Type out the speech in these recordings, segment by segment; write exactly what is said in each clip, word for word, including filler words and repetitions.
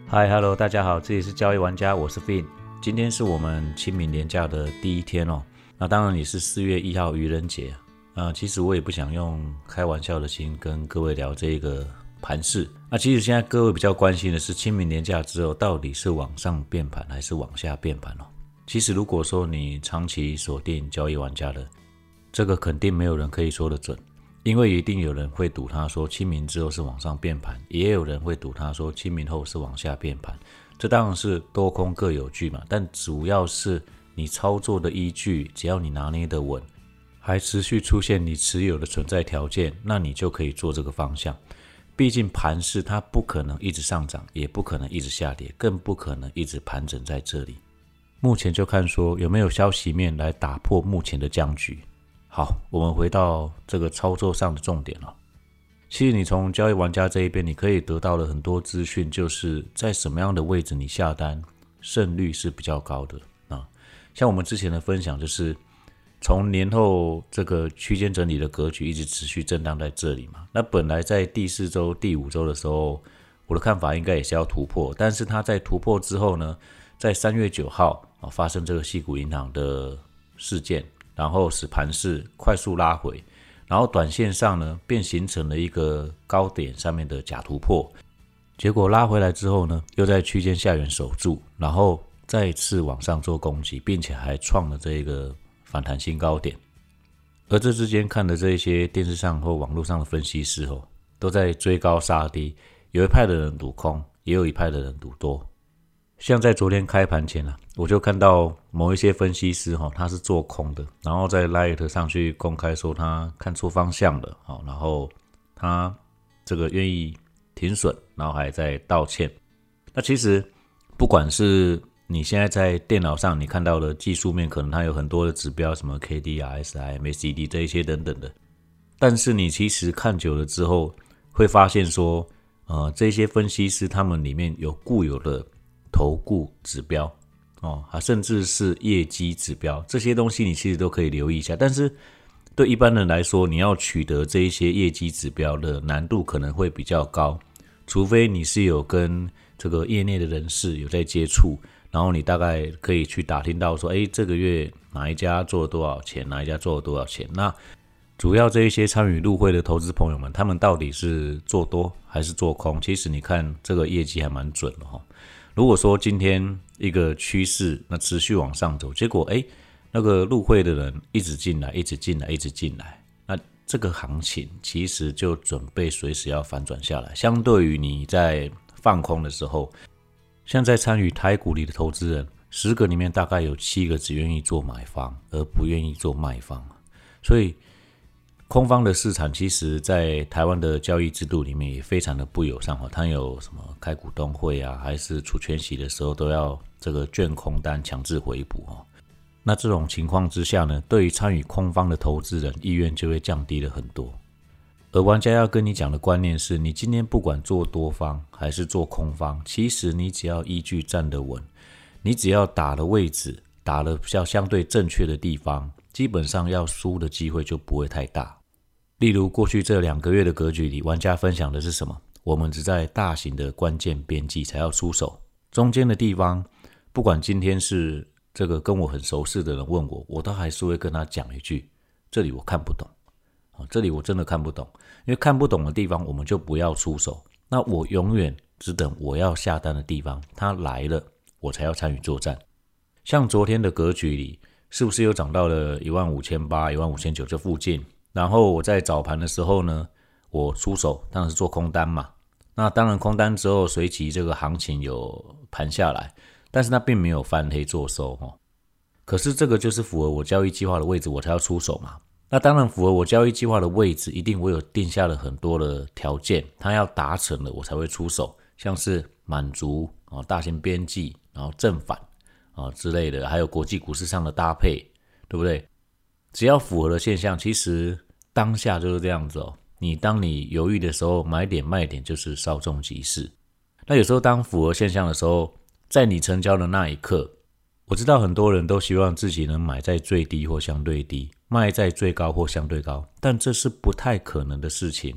嗨 ，Hello，大家好，这里是交易玩家，我是 Fin。今天是我们清明连假的第一天哦。那当然也是四月一号愚人节啊。其实我也不想用开玩笑的心跟各位聊这个盘势。那其实现在各位比较关心的是清明连假之后到底是往上变盘还是往下变盘哦。其实如果说你长期锁定交易玩家的，这个肯定没有人可以说得准。因为一定有人会赌他说清明之后是往上变盘，也有人会赌他说清明后是往下变盘，这当然是多空各有据嘛，但主要是你操作的依据，只要你拿捏得稳，还持续出现你持有的存在条件，那你就可以做这个方向。毕竟盘势它不可能一直上涨，也不可能一直下跌，更不可能一直盘整在这里。目前就看说有没有消息面来打破目前的僵局。好，我们回到这个操作上的重点了。其实你从交易玩家这一边，你可以得到的很多资讯，就是在什么样的位置你下单，胜率是比较高的啊。像我们之前的分享，就是从年后这个区间整理的格局一直持续震荡在这里嘛。那本来在第四周、第五周的时候，我的看法应该也是要突破，但是它在突破之后呢，在三月九号啊发生这个矽谷银行的事件。然后使盘势快速拉回，然后短线上呢便形成了一个高点上面的假突破，结果拉回来之后呢，又在区间下缘守住，然后再次往上做攻击，并且还创了这个反弹新高点。而这之间看的这些电视上或网络上的分析师哦，都在追高杀低，有一派的人赌空，也有一派的人赌多。像在昨天开盘前啊，我就看到某一些分析师哈，他是做空的，然后在 Line 上去公开说他看错方向了，然后他这个愿意停损，然后还在道歉。那其实不管是你现在在电脑上你看到的技术面，可能它有很多的指标，什么 K D、R S I、M A C D 这一些等等的，但是你其实看久了之后，会发现说，呃，这些分析师他们里面有固有的投顾指标哦，甚至是业绩指标，这些东西你其实都可以留意一下。但是对一般人来说，你要取得这一些业绩指标的难度可能会比较高，除非你是有跟这个业内的人士有在接触，然后你大概可以去打听到说，诶，这个月哪一家做了多少钱，哪一家做了多少钱。那主要这一些参与入会的投资朋友们，他们到底是做多还是做空？其实你看这个业绩还蛮准的齁。如果说今天一个趋势那持续往上走，结果诶那个入会的人一直进来一直进来一直进来，那这个行情其实就准备随时要反转下来。相对于你在放空的时候，像在参与台股里的投资人，十个里面大概有七个只愿意做买方而不愿意做卖方，所以空方的市场其实在台湾的交易制度里面也非常的不友善，它有什么开股东会啊，还是除权息的时候都要这个券空单强制回补。那这种情况之下呢，对于参与空方的投资人意愿就会降低了很多。而玩家要跟你讲的观念是，你今天不管做多方还是做空方，其实你只要依据站得稳，你只要打的位置打的比较相对正确的地方，基本上要输的机会就不会太大。例如过去这两个月的格局里，玩家分享的是什么？我们只在大型的关键边际才要出手，中间的地方不管今天是这个跟我很熟识的人问我，我都还是会跟他讲一句，这里我看不懂，这里我真的看不懂。因为看不懂的地方我们就不要出手，那我永远只等我要下单的地方它来了，我才要参与作战。像昨天的格局里，是不是又涨到了一万五千八百、一万五千九百这附近？然后我在早盘的时候呢，我出手当然是做空单嘛。那当然空单之后随即这个行情有盘下来，但是它并没有翻黑做收哦。可是这个就是符合我交易计划的位置，我才要出手嘛。那当然符合我交易计划的位置，一定我有定下了很多的条件，它要达成了我才会出手，像是满足啊大型边际，然后正反啊之类的，还有国际股市上的搭配，对不对？只要符合的现象，其实当下就是这样子哦。你当你犹豫的时候，买点卖点就是稍纵即逝。那有时候当符合现象的时候，在你成交的那一刻，我知道很多人都希望自己能买在最低或相对低，卖在最高或相对高，但这是不太可能的事情。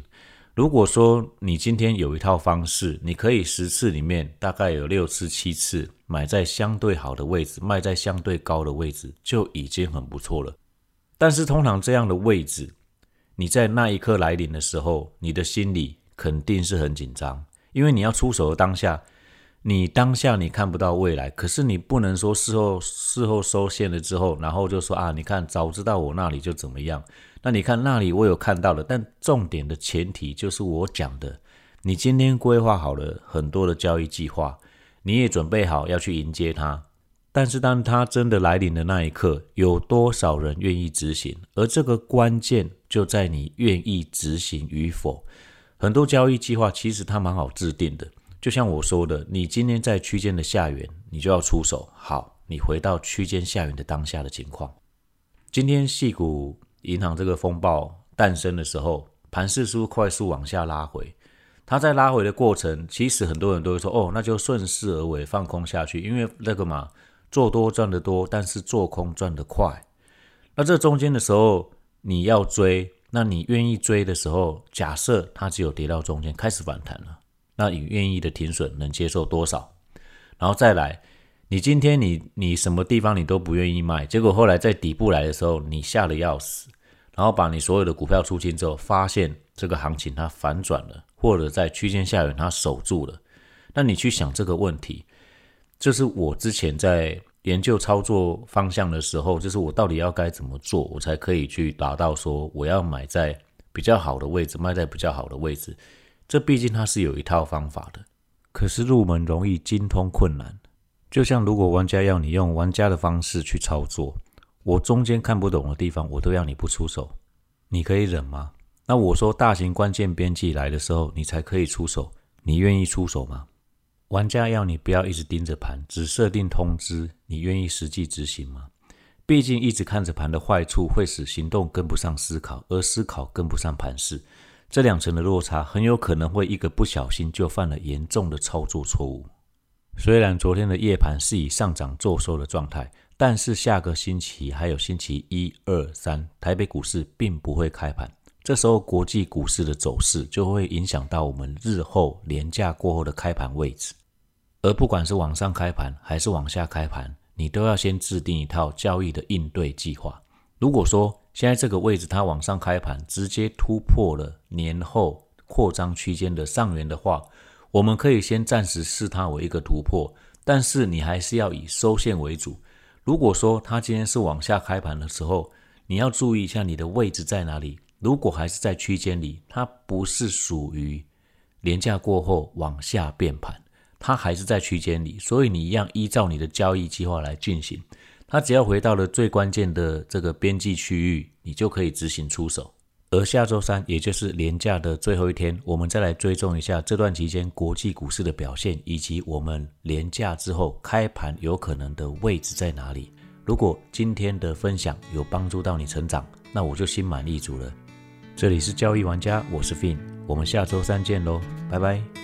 如果说你今天有一套方式，你可以十次里面大概有六次七次买在相对好的位置，卖在相对高的位置，就已经很不错了。但是通常这样的位置，你在那一刻来临的时候，你的心里肯定是很紧张，因为你要出手的当下，你当下你看不到未来，可是你不能说事后事后收线了之后，然后就说啊，你看早知道我那里就怎么样，那你看那里我有看到了，但重点的前提就是我讲的，你今天规划好了很多的交易计划，你也准备好要去迎接它，但是当它真的来临的那一刻，有多少人愿意执行？而这个关键就在你愿意执行与否。很多交易计划其实它蛮好制定的，就像我说的，你今天在区间的下缘，你就要出手。好，你回到区间下缘的当下的情况。今天矽谷银行这个风暴诞生的时候，盘势是不是快速往下拉回？它在拉回的过程，其实很多人都会说，哦，那就顺势而为，放空下去，因为那个嘛，做多赚得多，但是做空赚得快。那这中间的时候，你要追，那你愿意追的时候，假设它只有跌到中间开始反弹了，那你愿意的停损能接受多少？然后再来，你今天你你什么地方你都不愿意卖，结果后来在底部来的时候，你吓得要死，然后把你所有的股票出清之后，发现这个行情它反转了，或者在区间下缘它守住了，那你去想这个问题，就是我之前在研究操作方向的时候，就是我到底要该怎么做，我才可以去达到说我要买在比较好的位置，卖在比较好的位置。这毕竟它是有一套方法的，可是入门容易，精通困难。就像如果玩家要你用玩家的方式去操作，我中间看不懂的地方，我都要你不出手，你可以忍吗？那我说大型关键边际来的时候，你才可以出手，你愿意出手吗？玩家要你不要一直盯着盘，只设定通知，你愿意实际执行吗？毕竟一直看着盘的坏处会使行动跟不上思考，而思考跟不上盘势，这两层的落差很有可能会一个不小心就犯了严重的操作错误。虽然昨天的夜盘是以上涨做收的状态，但是下个星期还有星期一、二、三，台北股市并不会开盘，这时候国际股市的走势就会影响到我们日后连假过后的开盘位置。而不管是往上开盘还是往下开盘，你都要先制定一套交易的应对计划。如果说现在这个位置它往上开盘，直接突破了年后扩张区间的上缘的话，我们可以先暂时视它为一个突破，但是你还是要以收线为主。如果说它今天是往下开盘的时候，你要注意一下你的位置在哪里。如果还是在区间里，它不是属于连假过后往下变盘，它还是在区间里，所以你一样依照你的交易计划来进行。它只要回到了最关键的这个边际区域，你就可以执行出手。而下周三，也就是连假的最后一天，我们再来追踪一下这段期间国际股市的表现，以及我们连假之后开盘有可能的位置在哪里。如果今天的分享有帮助到你成长，那我就心满意足了。这里是交易玩家，我是 Fin， 我们下周三见咯，拜拜。